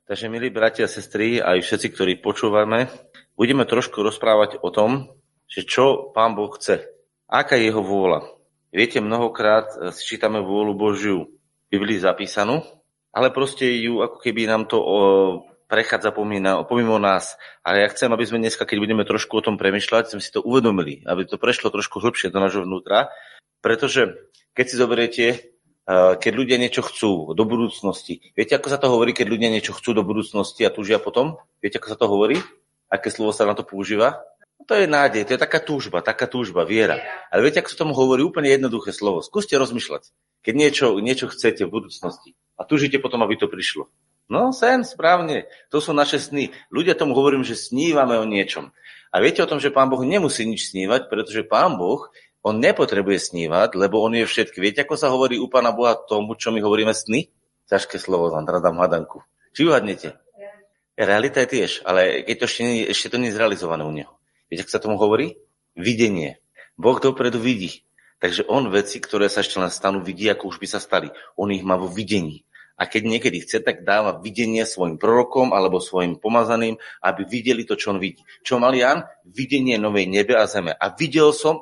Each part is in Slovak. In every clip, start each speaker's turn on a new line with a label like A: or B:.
A: Takže, milí bratia a sestry, aj všetci, ktorí počúvame, budeme trošku rozprávať o tom, že čo Pán Boh chce. Aká je jeho vôľa. Viete, mnohokrát si čítame vôľu Božiu v Biblii zapísanú, ale proste ju ako keby nám to prechádza pomimo nás. Ale ja chcem, aby sme dneska, keď budeme trošku o tom premýšľať, sme si to uvedomili, aby to prešlo trošku hlbšie do nášho vnútra, pretože keď si zoberiete, keď ľudia niečo chcú do budúcnosti. Viete, ako sa to hovorí, keď ľudia niečo chcú do budúcnosti a túžia potom? Viete, ako sa to hovorí? Aké slovo sa na to používa? To je nádej, to je taká túžba, viera. Ale viete, ako sa tomu hovorí? Úplne jednoduché slovo. Skúste rozmýšľať. Keď niečo chcete v budúcnosti a túžite potom, aby to prišlo. No, sen, správne. To sú naše sny. Ľudia tomu hovorím, že snívame o niečom. A viete o tom, že Pán Boh nemusí nič snívať, pretože Pán Boh on nepotrebuje snívať, lebo on je všetky. Viete, ako sa hovorí u Pána Boha tomu, čo my hovoríme sny? Ťažké slovo, vám teraz dám hadanku. Či uhadnete? Realita je tiež, ale keď to ešte to nie je zrealizované u neho. Viete, ako sa tomu hovorí? Videnie. Boh dopredu vidí. Takže on veci, ktoré sa ešte len stanú, vidí, ako už by sa stali. On ich má vo videní. A keď niekedy chce, tak dáva videnie svojim prorokom alebo svojim pomazaným, aby videli to, čo on vidí. Čo mal Ján? Videnie novej nebe a zeme. A videl som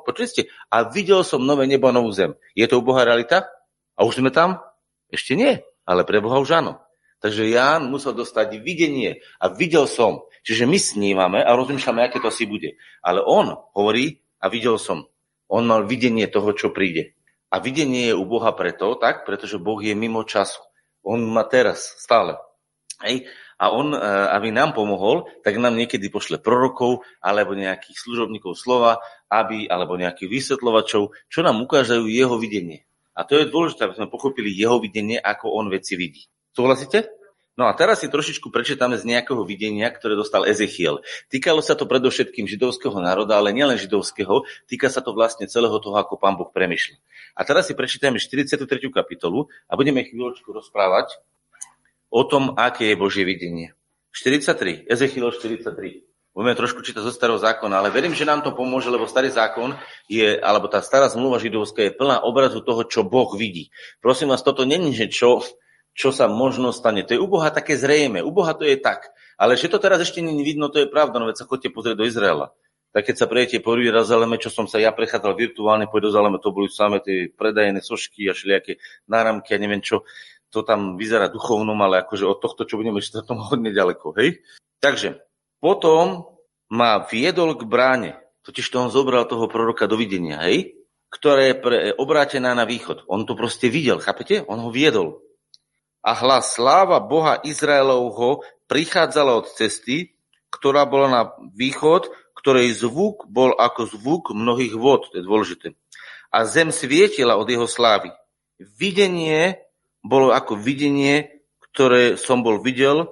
A: nové nebo a novú zem. Je to u Boha realita? A už sme tam? Ešte nie, ale pre Boha už áno. Takže Ján musel dostať videnie a videl som. Čiže my snívame a rozmýšľame, aké to asi bude. Ale on hovorí a videl som. On mal videnie toho, čo príde. A videnie je u Boha pretože Boh je mimo času. On má teraz stále. Hej? A on, aby nám pomohol, tak nám niekedy pošle prorokov alebo nejakých služobníkov slova, alebo nejakých vysvetľovačov, čo nám ukážajú jeho videnie. A to je dôležité, aby sme pochopili jeho videnie, ako on veci vidí. Súhlasíte? No a teraz si trošičku prečítame z nejakého videnia, ktoré dostal Ezechiel. Týkalo sa to predovšetkým židovského národa, ale nielen židovského, týka sa to vlastne celého toho, ako Pán Boh premýšľa. A teraz si prečítame 43. kapitolu a budeme chvíľočku rozprávať o tom, aké je Božie videnie. 43, Ezechiel 43. Budeme trošku čítať zo starého zákona, ale verím, že nám to pomôže, lebo starý zákon je, alebo tá stará zmluva židovská je plná obrazu toho, čo Boh vidí. Prosím vás, toto není, že čo sa možno stane. To je u Boha také zrejme. U Boha to je tak. Ale že to teraz ešte nie vidno, to je pravda. No veď sa chodte pozrieť do Izraela. Tak keď sa prejdete po Jeruzaleme, čo som sa ja prechádzal virtuálne po Jeruzaleme, to boli samé tie predajné sošky a všelijaké náramky a neviem čo. To tam vyzerá duchovnom, ale akože od tohto, čo budeme čítať, tomu hodne ďaleko. Hej? Takže potom ma viedol k bráne. Totiž to on zobral toho proroka do videnia, hej? Ktorá je obrátená na východ. On to proste videl, chápete? On ho viedol. A hlas sláva Boha Izraelovho prichádzala od cesty, ktorá bola na východ, ktorej zvuk bol ako zvuk mnohých vod, to je dôležité. A zem svietila od jeho slávy. Videnie bolo ako videnie, ktoré som videl,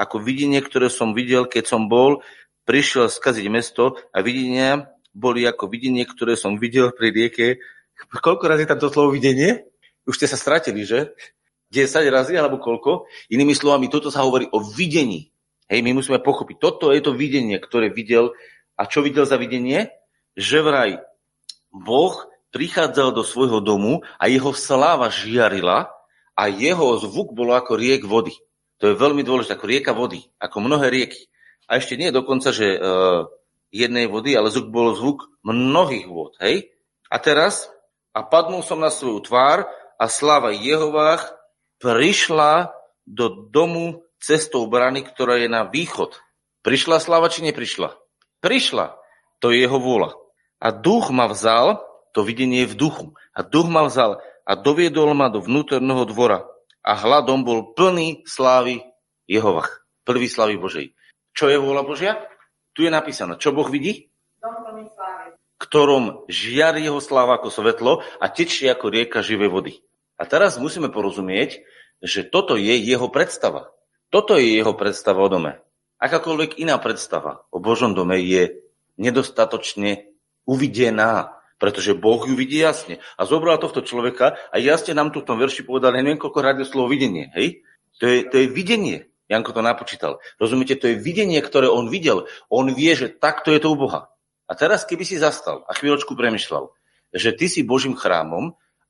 A: keď som prišiel skaziť mesto a videnia boli ako videnie, ktoré som videl pri rieke. Koľko razy tam to slovo videnie? Už ste sa stratili, že? 10 razy alebo koľko? Inými slovami, toto sa hovorí o videní. Hej, my musíme pochopiť. Toto je to videnie, ktoré videl. A čo videl za videnie? Že vraj Boh prichádzal do svojho domu a jeho sláva žiarila a jeho zvuk bolo ako riek vody. To je veľmi dôležité, ako rieka vody, ako mnohé rieky. A ešte nie dokonca, že jednej vody, ale zvuk bol zvuk mnohých vod. Hej? A teraz, a padnul som na svoju tvár a sláva Jehovách prišla do domu cestou brany, ktorá je na východ. Prišla sláva, či neprišla? Prišla. To je jeho vôľa. A duch ma vzal, to videnie je v duchu, a duch ma vzal a doviedol ma do vnútorného dvora. A hladom bol plný slávy Jehovách. Prvý slávy Božej. Čo je vôľa Božia? Tu je napísané. Čo Boh vidí?
B: Dom plný slávy.
A: Ktorom žiari jeho sláva ako svetlo a tečie ako rieka živej vody. A teraz musíme porozumieť, že toto je jeho predstava. Toto je jeho predstava o dome. Akákoľvek iná predstava o Božom dome je nedostatočne uvidená, pretože Boh ju vidí jasne. A zobral tohto človeka a jasne nám tu v tom verši povedal, neviem koľko rádio slovo videnie. Hej? To je videnie. Janko to napočítal. Rozumiete, to je videnie, ktoré on videl. On vie, že takto je to u Boha. A teraz, keby si zastal a chvíľočku premyšľal, že ty si Božím chrámom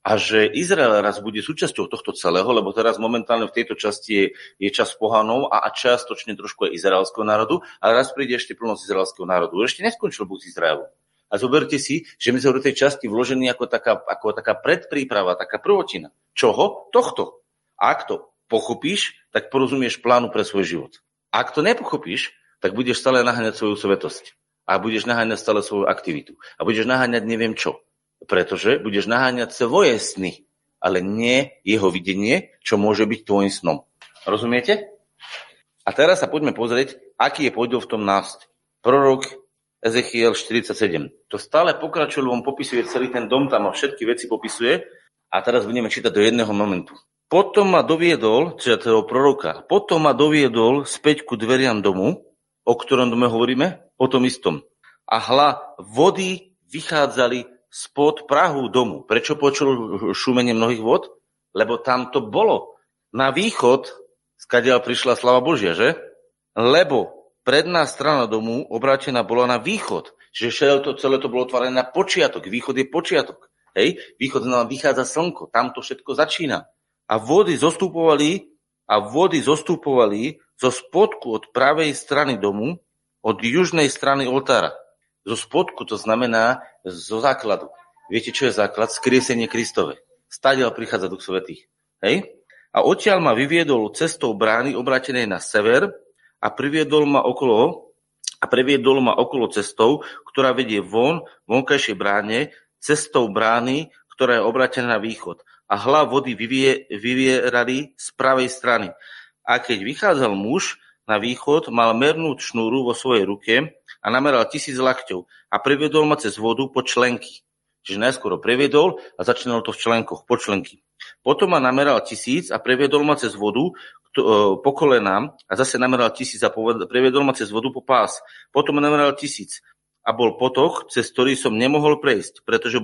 A: a že Izrael raz bude súčasťou tohto celého, lebo teraz momentálne v tejto časti je čas pohanov a čiastočne trošku aj izraelského národu, ale raz príde ešte plnosť izraelského národu. Ešte neskončil Boh z Izraelu. A zoberte si, že my sme do tej časti vložení ako taká predpríprava, taká prvotina. Čoho? Tohto. A ak to pochopíš, tak porozumieš plánu pre svoj život. Ak to nepochopíš, tak budeš stále naháňať svoju svetosť. A budeš naháňať stále svoju aktivitu. A budeš naháňať neviem čo. Pretože budeš naháňať svoje sny, ale nie jeho videnie, čo môže byť tvojim snom. Rozumiete? A teraz sa poďme pozrieť, aký je podiel v tom nást. Prorok Ezechiel 47. To stále pokračuje, on popisuje celý ten dom, tam a všetky veci popisuje. A teraz budeme čítať do jedného momentu. Potom ma doviedol, čiže toho proroka, potom ma doviedol späť ku dveriam domu, o ktorom dome hovoríme, o tom istom. A hľa, vody vychádzali spod prahu domu. Prečo počul šúmenie mnohých vod? Lebo tam to bolo. Na východ, skadiaľ prišla sláva Božia, že? Lebo predná strana domu obrátená bola na východ. Čiže celé to bolo otvorené na počiatok. Východ je počiatok. Hej? Východ znamená vychádza slnko. Tam to všetko začína. A vody zostupovali zo spodku od pravej strany domu, od južnej strany oltára. Zo spodku to znamená zo základu. Viete, čo je základ? Skriesenie Kristove. Stadiaľ prichádza Duch Svätý. Hej? A odtiaľ ma vyviedol cestou brány obrátenej na sever a previedol ma okolo cestou, ktorá vedie vonkajšej bráne, cestou brány, ktorá je obrátená na východ. A hľa vody vyvierali z pravej strany. A keď vychádzal muž na východ, mal mernú šnúru vo svojej ruke a nameral 1000 lakťov a previedol ma cez vodu po členky. Čiže najskôr ho previedol a začínalo to v členkoch, po členky. Potom ma nameral 1000 a previedol ma cez vodu po kolenám a zase nameral 1000 a previedol ma cez vodu po pás. Potom ma nameral 1000 a bol potok, cez ktorý som nemohol prejsť, pretože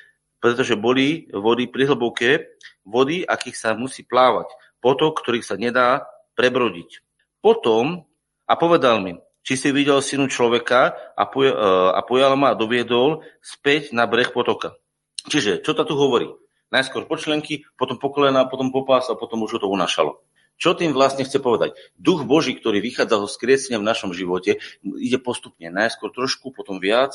A: boli vody prihlboké, vody, akých sa musí plávať. Potok, ktorých sa nedá prebrodiť. Potom a povedal mi, či si videl synu človeka a pojal ma a doviedol späť na breh potoka. Čiže, čo to tu hovorí? Najskôr po členky, potom po kolená, potom po pás a potom už to unášalo. Čo tým vlastne chce povedať? Duch Boží, ktorý vychádza zo skriesenia v našom živote, ide postupne. Najskôr trošku, potom viac.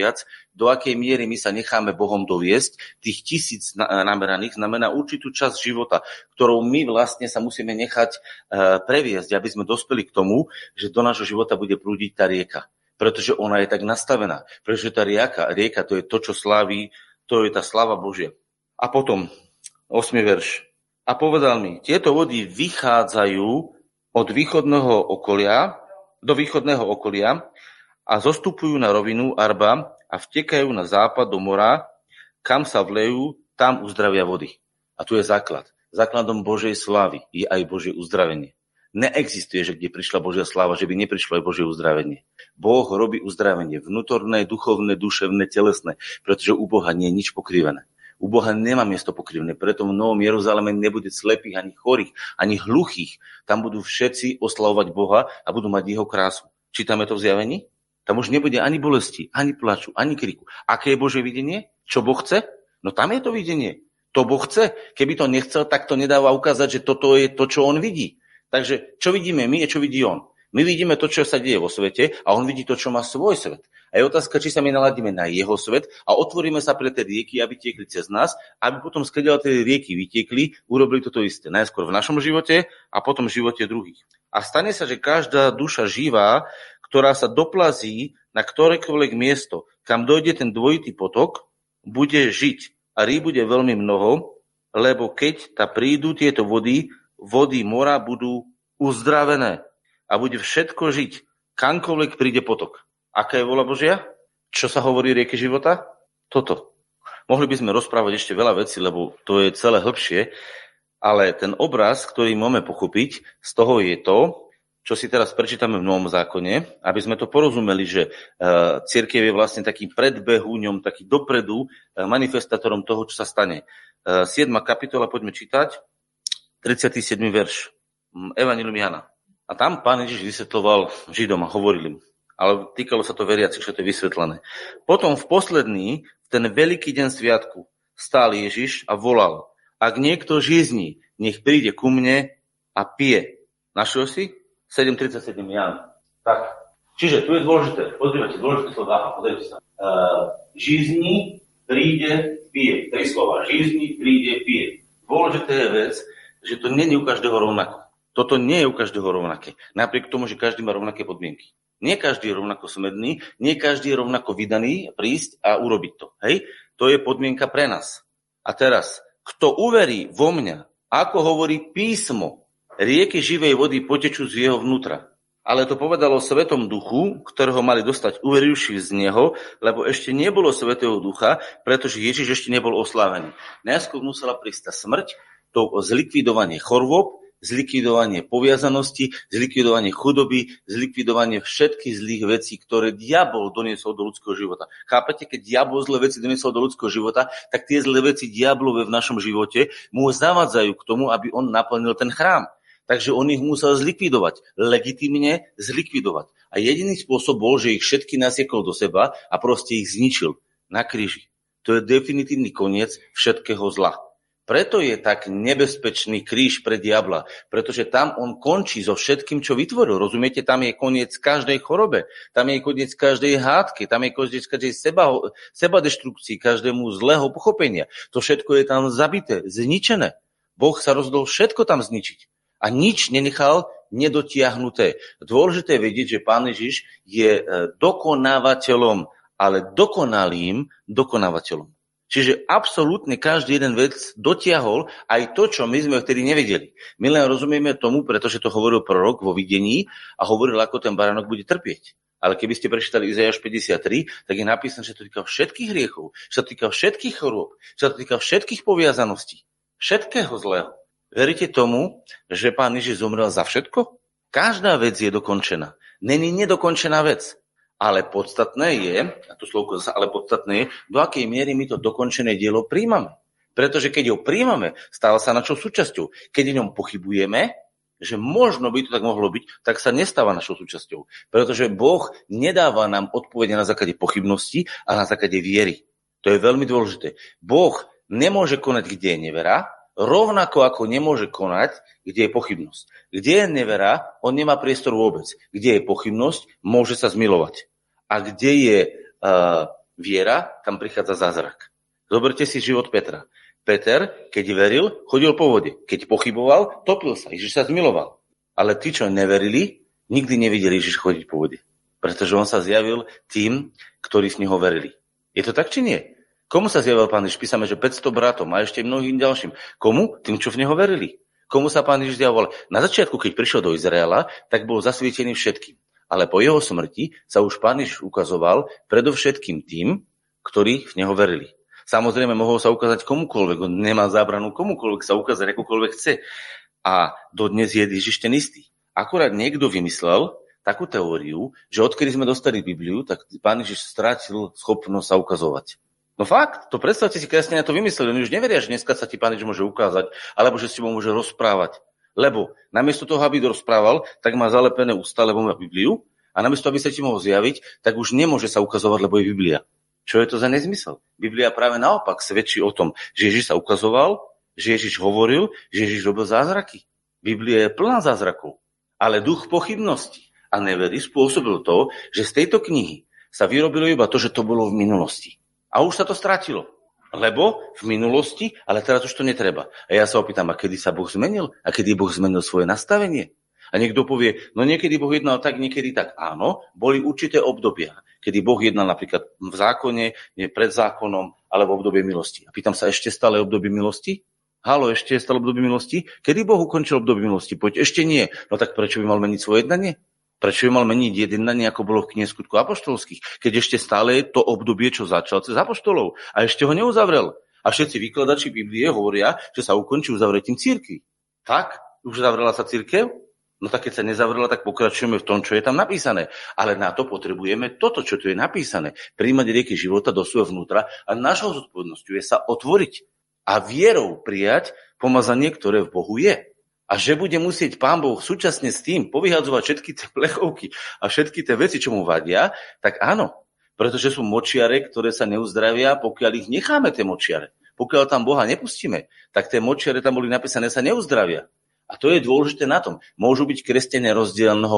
A: Do akej miery my sa necháme Bohom doviesť, tých 1000 nameraných znamená určitú časť života, ktorou my vlastne sa musíme nechať previesť, aby sme dospeli k tomu, že do nášho života bude prúdiť tá rieka. Pretože ona je tak nastavená. Pretože tá rieka to je to, čo slaví, to je tá sláva Božia. A potom, 8. verš. A povedal mi, tieto vody vychádzajú od východného okolia do východného okolia a zostupujú na rovinu Arba a vtekajú na západ do mora, kam sa vlejú, tam uzdravia vody. A tu je základ. Základom Božej slávy je aj Božie uzdravenie. Neexistuje, že kde prišla Božia sláva, že by neprišlo aj Božie uzdravenie. Boh robí uzdravenie vnútorné, duchovné, duševné, telesné, pretože u Boha nie je nič pokrivené. U Boha nemá miesto pokrivné, preto v Novom Jeruzaleme nebude slepých, ani chorých, ani hluchých. Tam budú všetci oslavovať Boha a budú mať jeho krásu. Čítame to v Zjavení? Tam už nebude ani bolesti, ani plaču, ani kriku. Aké je Božie videnie? Čo Boh chce? No tam je to videnie. To Boh chce. Keby to nechcel, tak to nedáva ukázať, že toto je to, čo on vidí. Takže čo vidíme my a čo vidí on? My vidíme to, čo sa deje vo svete a on vidí to, čo má svoj svet. A je otázka, či sa my naladíme na jeho svet a otvoríme sa pre tie rieky, aby tiekli cez nás, aby potom skrediaľ tie rieky vytiekli, urobili toto isté. Najskôr v našom živote a potom v živote druhých. A stane sa, že každá duša živá, ktorá sa doplazí na ktorékoľvek miesto, kam dojde ten dvojitý potok, bude žiť. A rýb bude veľmi mnoho, lebo keď prídu tieto vody mora budú uzdravené a bude všetko žiť, kamkoľvek príde potok. Aká je vôľa Božia? Čo sa hovorí rieke života? Toto. Mohli by sme rozprávať ešte veľa vecí, lebo to je celé hĺbšie, ale ten obraz, ktorý máme pochopiť, z toho je to, čo si teraz prečítame v Novom zákone, aby sme to porozumeli, že cirkev je vlastne taký predbehúňom, taký dopredu manifestátorom toho, čo sa stane. 7. kapitola, poďme čítať, 37. verš. Evanjelium Jana. A tam Pán Ježiš vysvetľoval Židom a hovoril im, ale týkalo sa to veriacich, že to je vysvetlené. Potom v ten veľký deň sviatku stál Ježiš a volal: ak niekto žízni, nech príde ku mne a pije. Našiel si? 7.37 Ján. Tak. Čiže tu je dôležité, pozrite, dôležité slova, pozrite sa. Žízni, príde, pije. 3 slova. Žízni, príde, pije. Dôležité je vec, že to nie je u každého rovnako. Toto nie je u každého rovnaké. Napriek tomu, že každý má rovnaké podmienky. Nie každý je rovnako smedný, nie každý je rovnako vydaný prísť a urobiť to. Hej? To je podmienka pre nás. A teraz, kto uverí vo mňa, ako hovorí písmo, rieky živej vody potečú z jeho vnútra. Ale to povedalo Svetom Duchu, ktorého mali dostať uverivší z neho, lebo ešte nebolo Svätého Ducha, pretože Ježiš ešte nebol oslávený. Najskôr musela prísť tá smrť, to zlikvidovanie chorôb, zlikvidovanie poviazanosti, zlikvidovanie chudoby, zlikvidovanie všetkých zlých vecí, ktoré diabol doniesol do ľudského života. Chápete, keď diabol zlé veci doniesol do ľudského života, tak tie zlé veci diablové v našom živote mu zavádzajú k tomu, aby on naplnil ten chrám. Takže on ich musel zlikvidovať, legitímne zlikvidovať. A jediný spôsob bol, že ich všetky nasiekol do seba a proste ich zničil na kríži. To je definitívny koniec všetkého zla. Preto je tak nebezpečný kríž pre diabla, pretože tam on končí so všetkým, čo vytvoril. Rozumiete, tam je koniec každej chorobe, tam je koniec každej hádky, tam je koniec každej sebadeštrukcii, každému zlého pochopenia. To všetko je tam zabité, zničené. Boh sa rozhodol všetko tam zničiť. A nič nenechal nedotiahnuté. Dôležité je vedieť, že Pán Ježiš je dokonávateľom, ale dokonalým dokonávateľom. Čiže absolútne každý jeden vec dotiahol aj to, čo my sme vtedy nevedeli. My len rozumieme tomu, pretože to hovoril prorok vo videní a hovoril, ako ten baránok bude trpieť. Ale keby ste prečítali Izaiáš 53, tak je napísané, že to týka všetkých hriechov, že to týka všetkých chorôb, že to týka všetkých poviazaností, všetkého zlého. Veríte tomu, že Pán Ježiš zomrel za všetko? Každá vec je dokončená. Není nedokončená vec. Ale podstatné je, a to slovko zase, ale podstatné je, do akej miery my to dokončené dielo príjmame. Pretože keď ho príjmame, stáva sa našou súčasťou. Keď o ňom pochybujeme, že možno by to tak mohlo byť, tak sa nestáva našou súčasťou. Pretože Boh nedáva nám odpovede na základe pochybnosti, ale na základe viery. To je veľmi dôležité. Boh nemôže konať, kde je nevera, rovnako ako nemôže konať, kde je pochybnosť. Kde je nevera, on nemá priestor vôbec. Kde je pochybnosť, môže sa zmilovať. A kde je viera, tam prichádza zázrak. Zoberte si život Petra. Peter, keď veril, chodil po vode. Keď pochyboval, topil sa. Ježiš sa zmiloval. Ale tí, čo neverili, nikdy nevideli Ježiš chodiť po vode. Pretože on sa zjavil tým, ktorí v neho verili. Je to tak, či nie? Komu sa zjavil Pán Ježiš? Písame, že 500 bratom a ešte mnohým ďalším. Komu? Tým, čo v neho verili. Komu sa Pán Ježiš zjavoval? Na začiatku, keď prišiel do Izraela, tak bol zasvietený všetkým. Ale po jeho smrti sa už Pán Ježiš ukazoval predovšetkým tým, ktorí v neho verili. Samozrejme, mohol sa ukázať komukoľvek. On nemá zábranu komukoľvek sa ukázať, akokoľvek chce. A dodnes je Ježiš ten istý. Akurát niekto vymyslel takú teóriu, že odkedy sme dostali Bibliu, tak Pán Ježiš strátil schopnosť sa ukazovať. No fakt, to predstavte si, kresťania to vymysleli. Oni už neveria, že dneska sa ti Pán Ježiš môže ukázať, alebo že s tebou môže rozprávať. Lebo namiesto toho, aby rozprával, tak má zalepené ústa, lebo má Bibliu, a namiesto, aby sa ti mohol zjaviť, tak už nemôže sa ukazovať, lebo je Biblia. Čo je to za nezmysel? Biblia práve naopak svedčí o tom, že Ježiš sa ukazoval, že Ježiš hovoril, že Ježiš robil zázraky. Biblia je plná zázrakov. Ale duch pochybnosti a nevery spôsobil to, že z tejto knihy sa vyrobilo iba to, že to bolo v minulosti. A už sa to stratilo. Lebo v minulosti, ale teraz už to netreba. A ja sa opýtam, a kedy sa Boh zmenil? A kedy Boh zmenil svoje nastavenie? A niekto povie, no niekedy Boh jednal tak, niekedy tak. Áno, boli určité obdobia, kedy Boh jednal napríklad v zákone, pred zákonom, alebo v obdobie milosti. A pýtam sa, ešte stále obdobie milosti? Halo, ešte je stále obdobie milosti? Kedy Boh ukončil obdobie milosti? Poď, ešte nie. No tak prečo by mal meniť svoje jednanie? Prečo by mal meniť jednanie, ako bolo v knihe Skutkov apoštolských? Keď ešte stále je to obdobie, čo začal cez apoštolov. A ešte ho neuzavrel. A všetci vykladači Biblie hovoria, že sa ukončí uzavretím cirkvi. Tak? Už zavrela sa cirkev? No tak keď sa nezavrela, tak pokračujeme v tom, čo je tam napísané. Ale na to potrebujeme toto, čo tu je napísané. Prijímať rieky života do svojho vnútra a našou zodpovednosťou je sa otvoriť a vierou prijať pomazanie, ktoré v Bohu je. A že bude musieť Pán Boh súčasne s tým povyhadzovať všetky tie plechovky a všetky tie veci, čo mu vadia, tak áno. Pretože sú močiare, ktoré sa neuzdravia, pokiaľ ich necháme tie močiare. pokiaľ tam Boha nepustíme, tak tie močiare tam boli napísané, sa neuzdravia. A to je dôležité na tom. Môžu byť kresťania rozdielného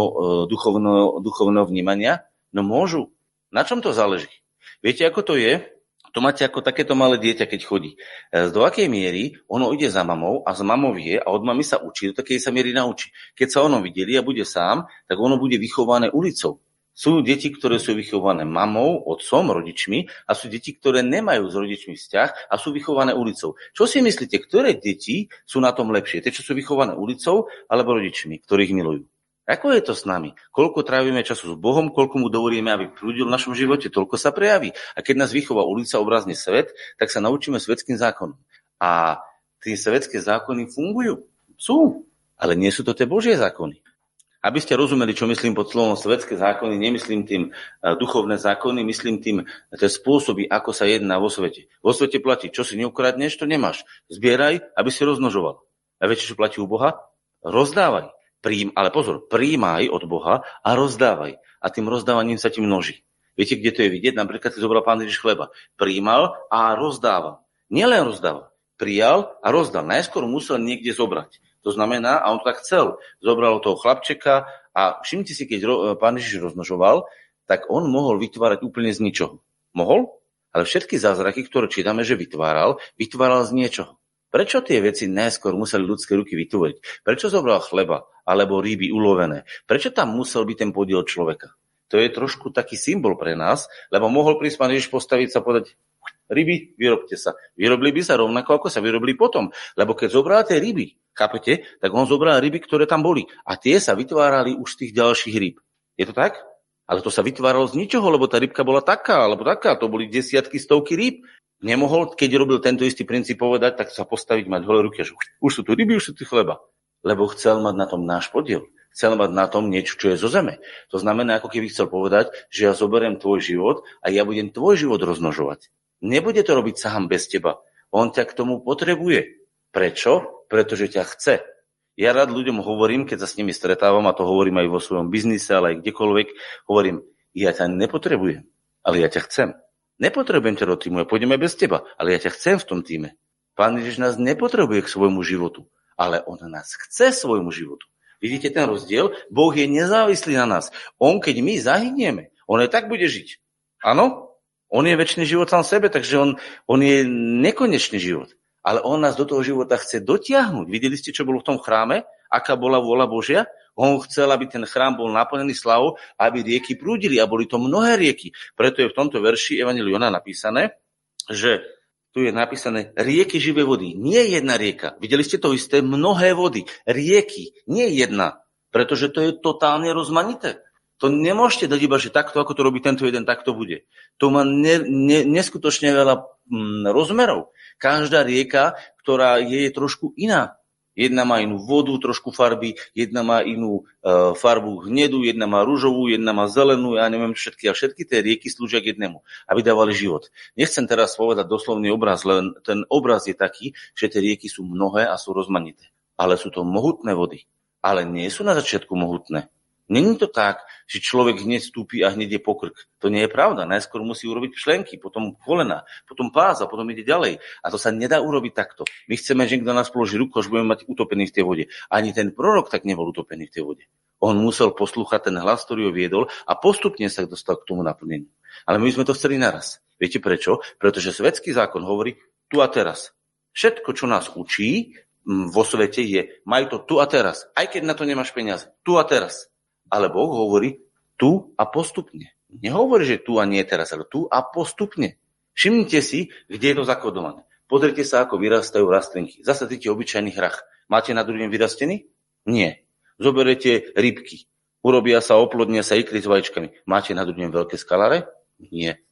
A: duchovného vnímania? No môžu. Na čom to záleží? Viete, ako to je? To máte ako takéto malé dieťa, keď chodí. Do akej miery ono ide za mamou a z mamou vie a od mamy sa učí, do takej sa miery naučí. Keď sa ono vydeli a bude sám, tak ono bude vychované ulicou. Sú deti, ktoré sú vychované mamou, otcom, rodičmi a sú deti, ktoré nemajú s rodičmi vzťah a sú vychované ulicou. Čo si myslíte, ktoré deti sú na tom lepšie? Tie, čo sú vychované ulicou alebo rodičmi, ktorých milujú? Ako je to s nami? Koľko trávime času s Bohom, koľko mu dovolíme, aby prúdil v našom živote, toľko sa prejaví. A keď nás vychová ulica, obrazne svet, tak sa naučíme svetským zákonom. A tie svetské zákony fungujú. Sú, ale nie sú to tie Božie zákony. Aby ste rozumeli, čo myslím pod slovom svetské zákony, nemyslím tým duchovné zákony, myslím tým tie spôsoby, ako sa jedná vo svete. Vo svete platí, čo si neukradneš, to nemáš. Zbieraj, aby si rozmnožoval. A viete, čo platí u Boha? Rozdávaj. Ale pozor, prijímaj od Boha a rozdávaj. A tým rozdávaním sa ti množí. Viete, kde to je vidieť? Napríklad si zobral Pán Ježiš chleba. Prijímal a rozdával. Nielen rozdával. Prijal a rozdal. Najskôr musel niekde zobrať. To znamená, a on to tak chcel. Zobral toho chlapčeka a všimnite si, keď Pán Ježiš rozmnožoval, tak on mohol vytvárať úplne z ničoho. Mohol? Ale všetky zázraky, ktoré čítame, že vytváral z niečoho. Prečo tie veci najskôr museli ľudské ruky vytvoriť? Prečo zobral chleba alebo ryby ulovené? Prečo tam musel byť ten podiel človeka? To je trošku taký symbol pre nás, lebo mohol prísť Pán Ježiš postaviť sa a povedať, ryby, vyrobte sa. Vyrobili by sa rovnako, ako sa vyrobili potom. Lebo keď zobral tie ryby, chápete, tak on zobral ryby, ktoré tam boli. A tie sa vytvárali už z tých ďalších rýb. Je to tak? Ale to sa vytváralo z ničoho, lebo tá rybka bola taká, alebo taká. To boli desiatky, stovky rýb. Nemohol, keď robil tento istý princíp povedať, tak sa postaviť, mať holé ruky, že už sú tu ryby, už sú tu chleba. Lebo chcel mať na tom náš podiel. Chcel mať na tom niečo, čo je zo zeme. To znamená, ako keby chcel povedať, že ja zoberiem tvoj život a ja budem tvoj život rozmnožovať. Nebude to robiť sám bez teba. On ťa k tomu potrebuje. Prečo? Pretože ťa chce. Ja rád ľuďom hovorím, keď sa s nimi stretávam, a to hovorím aj vo svojom biznise, ale aj kdekoľvek, hovorím, ja ťa nepotrebujem, ale ja ťa chcem. Nepotrebujem ťa do týmu, ja pôjdem aj bez teba, ale ja ťa chcem v tom týme. Pán Ježiš nás nepotrebuje k svojmu životu, ale on nás chce svojmu životu. Vidíte ten rozdiel? Boh je nezávislý na nás. On, keď my zahynieme, on aj tak bude žiť. Áno? On je večný život sám sebe, takže on je nekonečný život. Ale on nás do toho života chce dotiahnuť. Videli ste, čo bolo v tom chráme? Aká bola vôľa Božia? On chcel, aby ten chrám bol naplnený slávou, aby rieky prúdili a boli to mnohé rieky. Preto je v tomto verši Evanjeliu Jana napísané, že tu je napísané rieky živej vody. Nie jedna rieka. Videli ste to isté? Mnohé vody. Rieky. Nie jedna. Pretože to je totálne rozmanité. To nemôžete dať iba, že takto, ako to robí tento jeden, tak to bude. To má neskutočne veľa rozmerov. Každá rieka, ktorá je trošku iná. Jedna má inú vodu, trošku farby, jedna má inú farbu hnedu, jedna má ružovú, jedna má zelenú, ja neviem všetky. A všetky tie rieky slúžia k jednému, aby dávali život. Nechcem teraz povedať doslovný obraz, len ten obraz je taký, že tie rieky sú mnohé a sú rozmanité. Ale sú to mohutné vody. Ale nie sú na začiatku mohutné. Není to tak, že človek hneď vstúpi a hneď je pokrk. To nie je pravda. Najskôr musí urobiť členky, potom kolena, potom pás a potom ide ďalej. A to sa nedá urobiť takto. My chceme, že niekto nás položí ruku, až budeme mať utopený v tej vode. Ani ten prorok tak nebol utopený v tej vode. On musel poslúchať ten hlas, ktorý ho viedol a postupne sa dostal k tomu naplneniu. Ale my sme to chceli naraz. Viete prečo? Pretože svetský zákon hovorí tu a teraz. Všetko, čo nás učí vo svete je, maj to tu a teraz. Aj keď na to nemáš peniaze. Tu a teraz. Ale Boh hovorí tu a postupne. Nehovorí, že tu a nie teraz, ale tu a postupne. Všimnite si, kde je to zakodované. Pozrite sa, ako vyrastajú rastlinky. Zasadíte obyčajný hrach. Máte na druhý deň vyrastený? Nie. Zoberete rybky. Urobia sa, oplodnia sa ikry s vajíčkami. Máte na druhý deň veľké skaláre? Nie.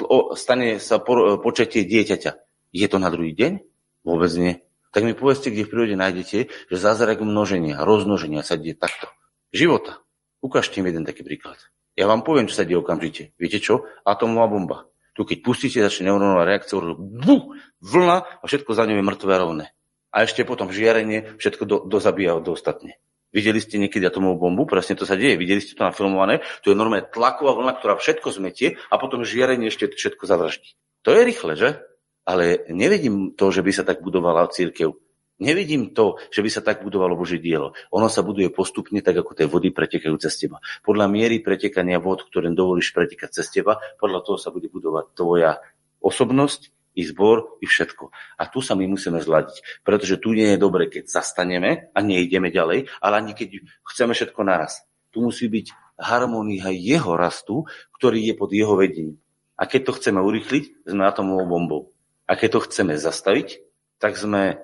A: Stane sa počatie dieťaťa. Je to na druhý deň? Vôbec nie. Tak mi povedzte, kde v prírode nájdete, že zázrak množenia, rozmnoženia sa deje takto. Života. Ukážte mi jeden taký príklad. Ja vám poviem, čo sa deje okamžite. Viete čo? Atomová bomba. Tu keď pustíte, začne neurónová reakcia, vlna a všetko za ňou je mŕtve a rovné. A ešte potom žiarenie, všetko dozabíja do ostatne. Videli ste niekedy atomovú bombu? Presne to sa deje. Videli ste to nafilmované? To je normálne tlaková vlna, ktorá všetko zmetie a potom žiarenie ešte všetko zavraždí. To je rýchle, že? Ale nevidím to, že by sa tak budovala cirkev. Nevidím to, že by sa tak budovalo Božie dielo. Ono sa buduje postupne, tak ako tie vody pretekajú cez teba. Podľa miery pretekania vod, ktoré dovolíš pretekať cez teba, podľa toho sa bude budovať tvoja osobnosť, i zbor, i všetko. A tu sa my musíme zladiť. Pretože tu nie je dobre, keď zastaneme a nejdeme ďalej, ale ani keď chceme všetko naraz. Tu musí byť harmónia jeho rastu, ktorý je pod jeho vedením. A keď to chceme urýchliť, sme atomovou bombou. A keď to chceme zastaviť, tak sme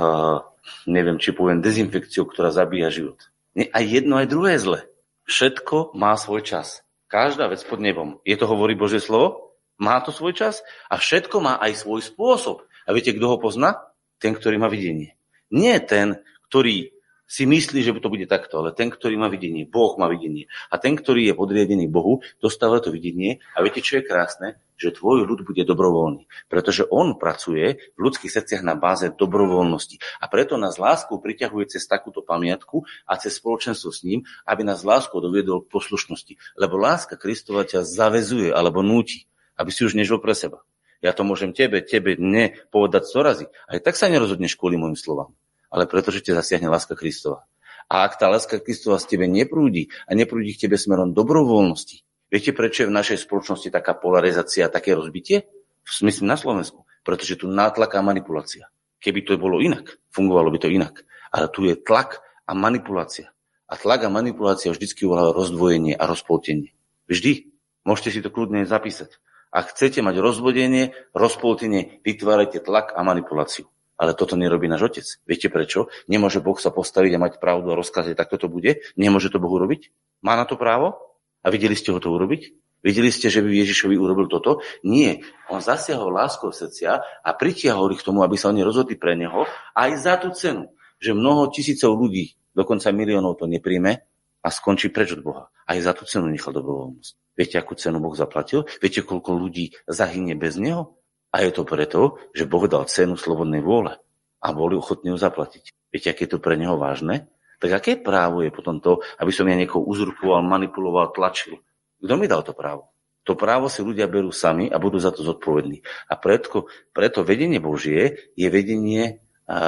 A: neviem, či poviem dezinfekciou, ktorá zabíja život. Aj jedno, aj druhé je zle. Všetko má svoj čas. Každá vec pod nebom. Je to hovorí Božie slovo? Má to svoj čas a všetko má aj svoj spôsob. A viete, kto ho pozná? Ten, ktorý má videnie. Nie ten, ktorý si myslí, že to bude takto, ale ten, ktorý má videnie. Boh má videnie. A ten, ktorý je podriadený Bohu, dostáva to videnie. A viete, čo je krásne? Že tvoj ľud bude dobrovoľný. Pretože on pracuje v ľudských srdciach na báze dobrovoľnosti. A preto nás láskou priťahuje cez takúto pamiatku a cez spoločenstvo s ním, aby nás láskou doviedol k poslušnosti. Lebo láska Kristova ťa zavezuje alebo núti, aby si už nežil pre seba. Ja to môžem tebe povedať 100 razy. Aj tak sa nerozhodneš kvôli mojim slovám. Ale pretože ťa zasiahne láska Kristova. A ak tá láska Kristova z tebe neprúdi a neprúdi k tebe smerom dobrovoľnosti, viete, prečo je v našej spoločnosti taká polarizácia, také rozbitie? V smysle na Slovensku. Pretože tu nátlak a manipulácia. Keby to bolo inak, fungovalo by to inak. Ale tu je tlak a manipulácia. A tlak a manipulácia vždycky volá rozdvojenie a rozpoltenie. Vždy. Môžete si to kľudne zapísať. Ak chcete mať rozvodenie, rozpoltenie, vytvárajte tlak a manipuláciu. Ale toto nerobí náš otec. Viete prečo? Nemôže Boh sa postaviť a mať pravdu a rozkázať, tak toto bude? Nemôže to Boh urobiť? Má na to právo? A videli ste ho to urobiť? Videli ste, že by Ježišovi urobil toto? Nie. On zasiahol láskou srdcia a pritiahol ich k tomu, aby sa oni rozhodli pre neho aj za tú cenu, že mnoho tisícov ľudí, dokonca miliónov to nepríjme a skončí preč od Boha. Aj za tú cenu nechal dobrovoľnosť. Viete, akú cenu Boh zaplatil? Viete, koľko ľudí zahynie bez neho? A je to preto, že Boh dal cenu slobodnej vôle a boli ochotní ju zaplatiť. Viete, aké je to pre neho vážne? Tak aké právo je potom to, aby som ja niekoho uzurpoval, manipuloval, tlačil? Kto mi dal to právo? To právo si ľudia berú sami a budú za to zodpovední. A preto vedenie Božie je vedenie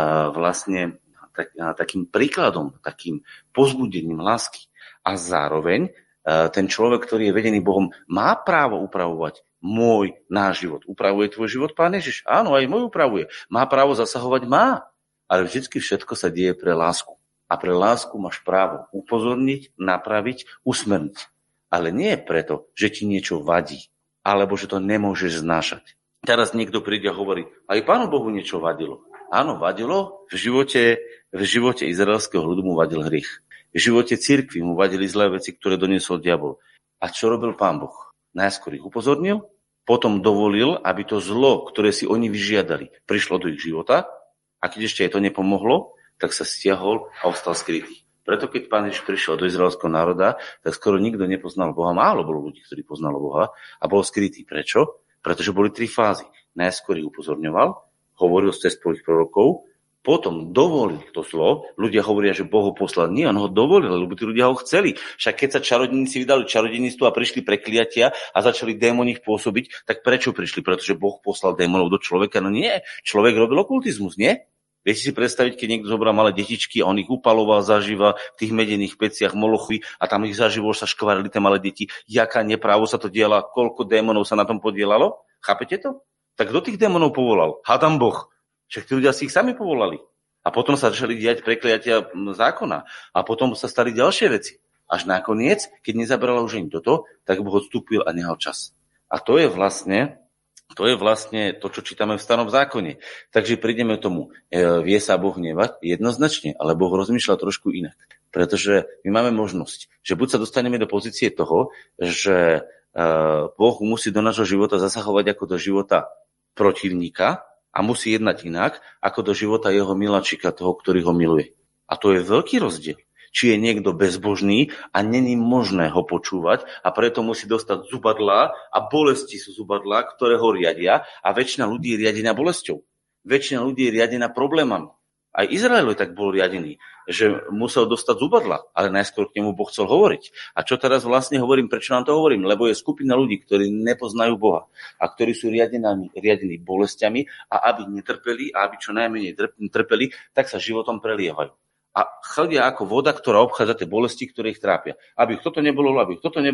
A: vlastne takým príkladom, takým pozbudením lásky. A zároveň ten človek, ktorý je vedený Bohom, má právo upravovať náš život. Upravuje tvoj život, Pán Ježiš? Áno, aj môj upravuje. Má právo zasahovať? Má. Ale vždycky všetko sa deje pre lásku. A pre lásku máš právo upozorniť, napraviť, usmerniť. Ale nie preto, že ti niečo vadí, alebo že to nemôžeš znášať. Teraz niekto príde a hovorí, aj Pánu Bohu niečo vadilo. Áno, vadilo. V živote izraelského ľudu mu vadil hriech. V živote cirkvi mu vadili zlé veci, ktoré doniesol diabol. A čo robil Pán Boh? Najskôr ich upozornil, potom dovolil, aby to zlo, ktoré si oni vyžiadali, prišlo do ich života a keď ešte aj to nepomohlo, tak sa stiahol a ostal skrytý. Preto keď Pán Ježiš prišiel do izraelského národa, tak skoro nikto nepoznal Boha. Málo bolo ľudí, ktorí poznalo Boha a bol skrytý. Prečo? Pretože boli 3 fázy. Najskôr ich upozorňoval, hovoril cez svojich prorokov, potom dovolil to zlo. Ľudia hovoria, že Boh ho poslal. Nie, on ho dovolil, lebo tí ľudia ho chceli. Však keď sa čarodejníci vydali čarodejníctvu a prišli prekliatia a začali démoni ich pôsobiť, tak prečo prišli? Pretože Boh poslal démonov do človeka? No nie, človek robil okultizmus, nie? Viete si predstaviť, keď niekto zobral malé detičky a on ich upaloval zaživa v tých medených peciach Molochy a tam ich zaživo sa škvarili tie malé deti. Jaká neprávo sa to diela, koľko démonov sa na tom podielalo? Chápete to? Tak kto tých démonov povolal? Hádam Boh. Však tí ľudia si ich sami povolali. A potom sa začali diať prekliatia zákona. A potom sa stali ďalšie veci. Až nakoniec, keď nezabrala už im toto, tak Boh odstúpil a nehal čas. A to je vlastne to, čo čítame v Starom zákone. Takže prídeme k tomu. Vie sa Boh hnevať? Jednoznačne, ale Boh rozmýšľa trošku inak. Pretože my máme možnosť, že buď sa dostaneme do pozície toho, že Boh musí do nášho života zasahovať ako do života protivníka, a musí jednať inak, ako do života jeho miláčika, toho, ktorý ho miluje. A to je veľký rozdiel. Či je niekto bezbožný a není možné ho počúvať a preto musí dostať zubadlá a bolesti sú zubadlá, ktoré ho riadia a väčšina ľudí je riadená bolesťou. Väčšina ľudí je riadená problémami. Aj Izrael tak bol riadený, že musel dostať zubadla, ale najskôr k nemu Boh chcel hovoriť. A čo teraz vlastne hovorím, prečo nám to hovorím? Lebo je skupina ľudí, ktorí nepoznajú Boha a ktorí sú riadení bolestiami a aby netrpeli a aby čo najmenej trpeli, tak sa životom prelievajú. A chodia ako voda, ktorá obchádza tie bolesti, ktoré ich trápia. Aby ich toto nebolo, aby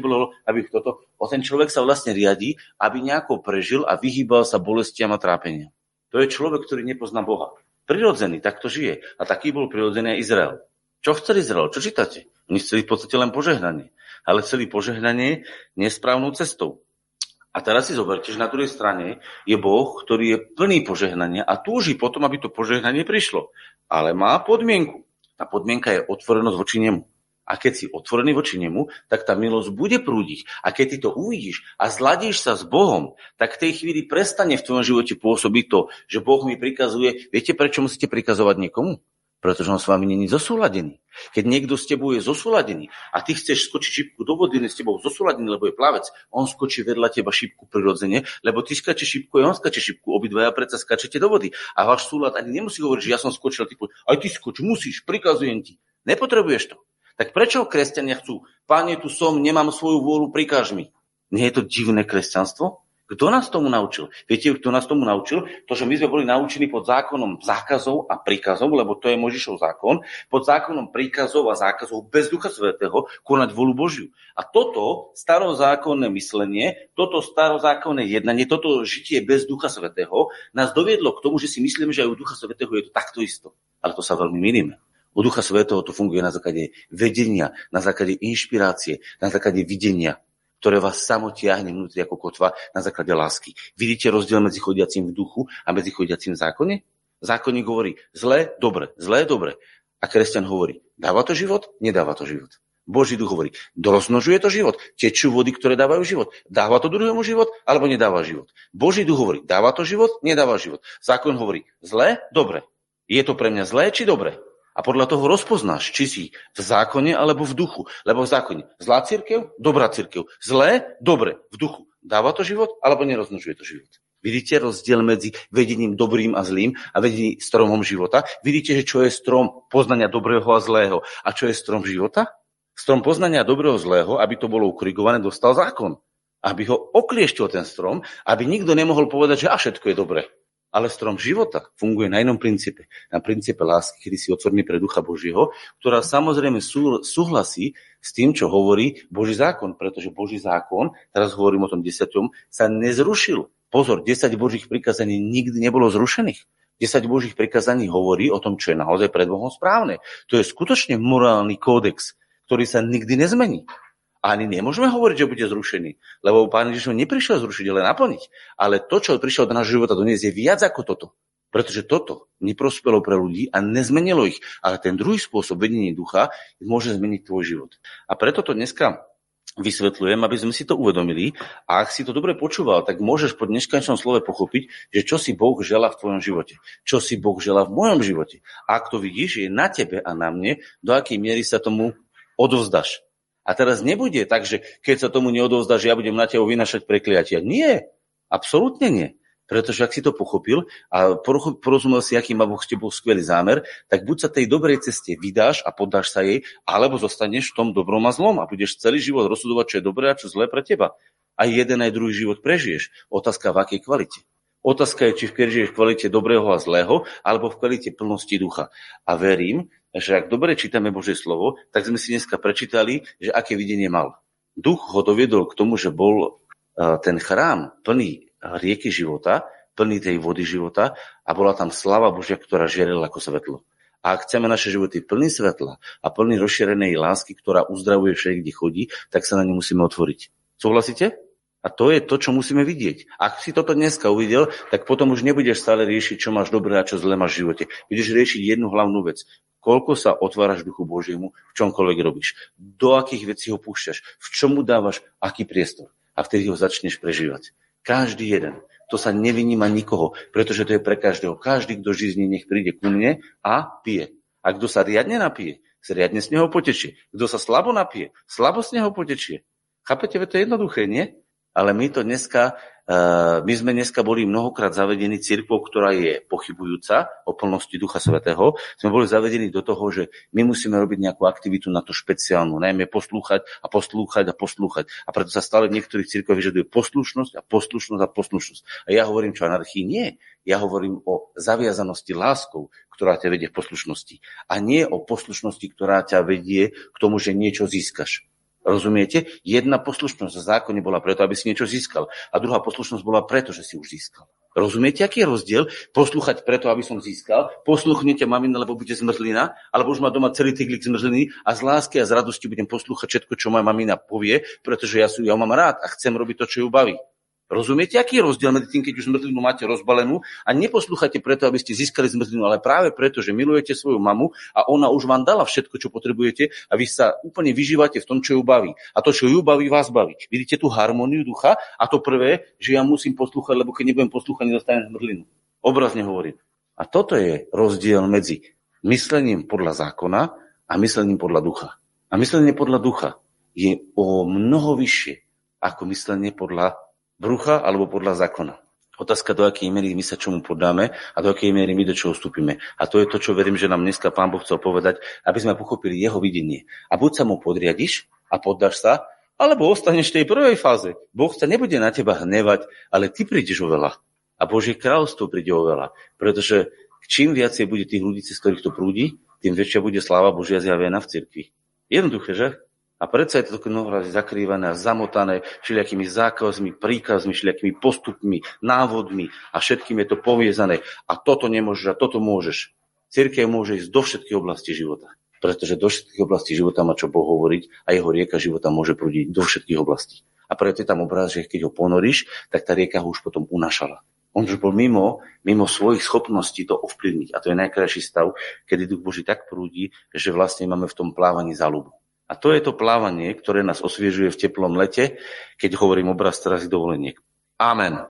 A: ich toto. O ten človek sa vlastne riadí, aby nejako prežil a vyhýbal sa bolestiam a trápeniam. To je človek, ktorý nepozná Boha. Prirodzený, takto žije. A taký bol prirodzený aj Izrael. Čo chcel Izrael? Čo čítate? Oni chceli v podstate len požehnanie. Ale chceli požehnanie nesprávnou cestou. A teraz si zoberte, že na druhej strane je Boh, ktorý je plný požehnania a túži potom, aby to požehnanie prišlo. Ale má podmienku. Tá podmienka je otvorenosť voči nemu. A keď si otvorený voči nemu, tak tá milosť bude prúdiť. A keď ty to uvidíš a zladíš sa s Bohom, tak v tej chvíli prestane v tvojom živote pôsobiť to, že Boh mi prikazuje. Viete, prečo musíte prikazovať niekomu? Pretože on s vami nie je zosúladený. Keď niekto s tebou je zosúladený a ty chceš skočiť šipku do vody, s tebou zosúladený, lebo je plavec, on skočí vedľa teba šipku prirodzene, lebo ty skačeš šipku a on skače šipku, obidvaja predsa skačete do vody. A váš súlad ani nemusí hovoriť, že ja som skočil, ty aj ty skoč, musíš, prikazujem ti. Nepotrebuješ to. Tak prečo kresťania chcú? Páne, tu som, nemám svoju vôľu, prikáž mi. Nie je to divné kresťanstvo? Kto nás tomu naučil? Viete, kto nás tomu naučil? To, že my sme boli naučení pod zákonom zákazov a príkazov, lebo to je Mojžišov zákon, pod zákonom príkazov a zákazov bez Ducha Svätého konať vôľu Božiu. A toto starozákonné myslenie, toto starozákonné jednanie, toto žitie bez Ducha Svätého nás doviedlo k tomu, že si myslíme, že aj u Ducha Svätého je to takto isto. Ale to sa veľmi mýlime. U Ducha Svätého to funguje na základe vedenia, na základe inšpirácie, na základe videnia, ktoré vás samo tiahne vnútri ako kotva na základe lásky. Vidíte rozdiel medzi chodiacím v duchu a medzi chodiacím v zákone? Zákonník hovorí zlé, dobre, zlé, dobre. A kresťan hovorí, dáva to život, nedáva to život. Boží duch hovorí, rozmnožuje to život, tečú vody, ktoré dávajú život. Dáva to druhému život, alebo nedáva život. Boží duch hovorí, dáva to život, nedáva život. Zákon hovorí, zlé, dobre. Je to pre mňa zlé, či dobre? A podľa toho rozpoznáš, či si v zákone alebo v duchu. Lebo v zákone zlá cirkev, dobrá cirkev. Zlé, dobre, v duchu. Dáva to život alebo nerozmnožuje to život? Vidíte rozdiel medzi vedením dobrým a zlým a vedením stromom života? Vidíte, že čo je strom poznania dobrého a zlého a čo je strom života? Strom poznania dobrého a zlého, aby to bolo ukorigované, dostal zákon. Aby ho oklieštil ten strom, aby nikto nemohol povedať, že a všetko je dobré. Ale strom života funguje na inom princípe. Na princípe lásky, kedy si otvorený pre Ducha Božieho, ktorá samozrejme súhlasí s tým, čo hovorí Boží zákon. Pretože Boží zákon, teraz hovorím o tom 10, sa nezrušil. Pozor, 10 Božích prikázaní nikdy nebolo zrušených. 10 Božích prikázaní hovorí o tom, čo je naozaj pred Bohom správne. To je skutočne morálny kódex, ktorý sa nikdy nezmení. A ani nemôžeme hovoriť, že bude zrušený, lebo Pán Ježiš ho neprišiel zrušiť, ale naplniť. Ale to, čo prišiel do nášho života doniesť, je viac ako toto. Pretože toto neprospelo pre ľudí a nezmenilo ich. Ale ten druhý spôsob vedenia ducha môže zmeniť tvoj život. A preto to dneska vysvetľujem, aby sme si to uvedomili. A ak si to dobre počúval, tak môžeš po dnešnom slove pochopiť, že čo si Boh želá v tvojom živote. Čo si Boh želá v mojom živote. A ak to vidíš, je na tebe a na mne, do akej miery sa tomu odovzdáš. A teraz nebude tak, že keď sa tomu neodovzdáš, ja budem na teba vynášať prekliatia. Nie, absolútne nie. Pretože ak si to pochopil a porozumel si, aký má Boh s tebou skvelý zámer, tak buď sa tej dobrej ceste vydáš a poddáš sa jej, alebo zostaneš v tom dobrom a zlom a budeš celý život rozsudovať, čo je dobré a čo zlé pre teba. Aj jeden, aj druhý život prežiješ. Otázka v akej kvalite. Otázka je, či prežiješ v kvalite dobrého a zlého, alebo v kvalite plnosti ducha. A verím, že ak dobre čítame Božie slovo, tak sme si dneska prečítali, že aké videnie mal. Duch ho doviedol k tomu, že bol ten chrám plný rieky života, plný tej vody života a bola tam sláva Božia, ktorá žiarila ako svetlo. A ak chceme naše životy plný svetla a plný rozšírenej lásky, ktorá uzdravuje všade, kde chodí, tak sa na ne musíme otvoriť. Súhlasíte? A to je to, čo musíme vidieť. Ak si toto dneska uvidel, tak potom už nebudeš stále riešiť, čo máš dobré a čo zlé máš v živote. Budeš riešiť jednu hlavnú vec. Koľko sa otváraš Duchu Božiemu, v čomkoľvek robíš. Do akých vecí ho púšťaš. V čom mu dávaš aký priestor. A vtedy ho začneš prežívať. Každý jeden. To sa nevyníma nikoho, pretože to je pre každého. Každý, kto žizní, nech príde ku mne a pije. A kto sa riadne napije, riadne z neho potečie. Kto sa slabo napije, slabo z neho potečie. Chápete, to je jednoduché, nie? Ale my to dneska My sme dneska boli mnohokrát zavedení cirkvou, ktorá je pochybujúca o plnosti Ducha Svätého. Sme boli zavedení do toho, že my musíme robiť nejakú aktivitu na to špeciálnu, najmä poslúchať a poslúchať a poslúchať. A preto sa stále v niektorých cirkvách vyžaduje poslušnosť a poslušnosť a poslušnosť. A ja hovorím, čo anarchii nie. Ja hovorím o zaviazanosti láskou, ktorá ťa vedie v poslušnosti. A nie o poslušnosti, ktorá ťa vedie k tomu, že niečo získaš. Rozumiete? Jedna poslušnosť v zákone bola preto, aby si niečo získal. A druhá poslušnosť bola preto, že si už získal. Rozumiete, aký je rozdiel? Poslúchať preto, aby som získal. Posluchnete mamina, lebo bude zmrzlina, alebo už má doma celý tyglik zmrzliny a z lásky a z radosti budem poslúchať všetko, čo moja mamina povie, pretože ja mám rád a chcem robiť to, čo ju baví. Rozumiete, aký je rozdiel medzi tým, keď už zmrzlinu máte rozbalenú a neposlúchate preto, aby ste získali zmrzlinu, ale práve preto, že milujete svoju mamu a ona už vám dala všetko, čo potrebujete a vy sa úplne vyžívate v tom, čo ju baví. A to, čo ju baví, vás baví. Vidíte tú harmóniu ducha a to prvé, že ja musím poslúchať, lebo keď nebudem poslúchať, nedostanem zmrzlinu. Obrazne hovorím. A toto je rozdiel medzi myslením podľa zákona a myslením podľa ducha. A myslenie podľa ducha je o mnoho vyššie ako myslenie podľa brucha alebo podľa zákona. Otázka, do akej miery my sa čomu podáme a do akej miery my do čoho vstúpime. A to je to, čo verím, že nám dneska Pán Boh chcel povedať, aby sme pochopili jeho videnie. A buď sa mu podriadiš a poddáš sa, alebo ostaneš v tej prvej fáze. Boh sa nebude na teba hnevať, ale ty prídeš o veľa. A Božie kráľovstvo príde o veľa. Pretože čím viacej bude tých ľudí, cez ktorých to prúdi, tým väčšia bude sláva Božia zjavená v cirkvi. Jednoduché, že? A predsa je to mnohorazí zakrývané a zamotané všelijakými zákazmi, príkazmi, všelijakými postupmi, návodmi a všetkým je to poviezané. A toto nemôžeš a toto môžeš. Cirkev môže ísť do všetkých oblastí života. Pretože do všetkých oblastí života má čo Boh hovoriť a jeho rieka života môže prúdiť do všetkých oblastí. A preto je tam obraz, že keď ho ponoríš, tak tá rieka ho už potom unášala. On už bol mimo svojich schopností to ovplyvniť. A to je najkrajší stav, kedy Duch Boží tak prúdi, že vlastne máme v tom plávaní záľubu. A to je to plávanie, ktoré nás osviežuje v teplom lete, keď hovorím obraz teraz dovoleniek. Amen.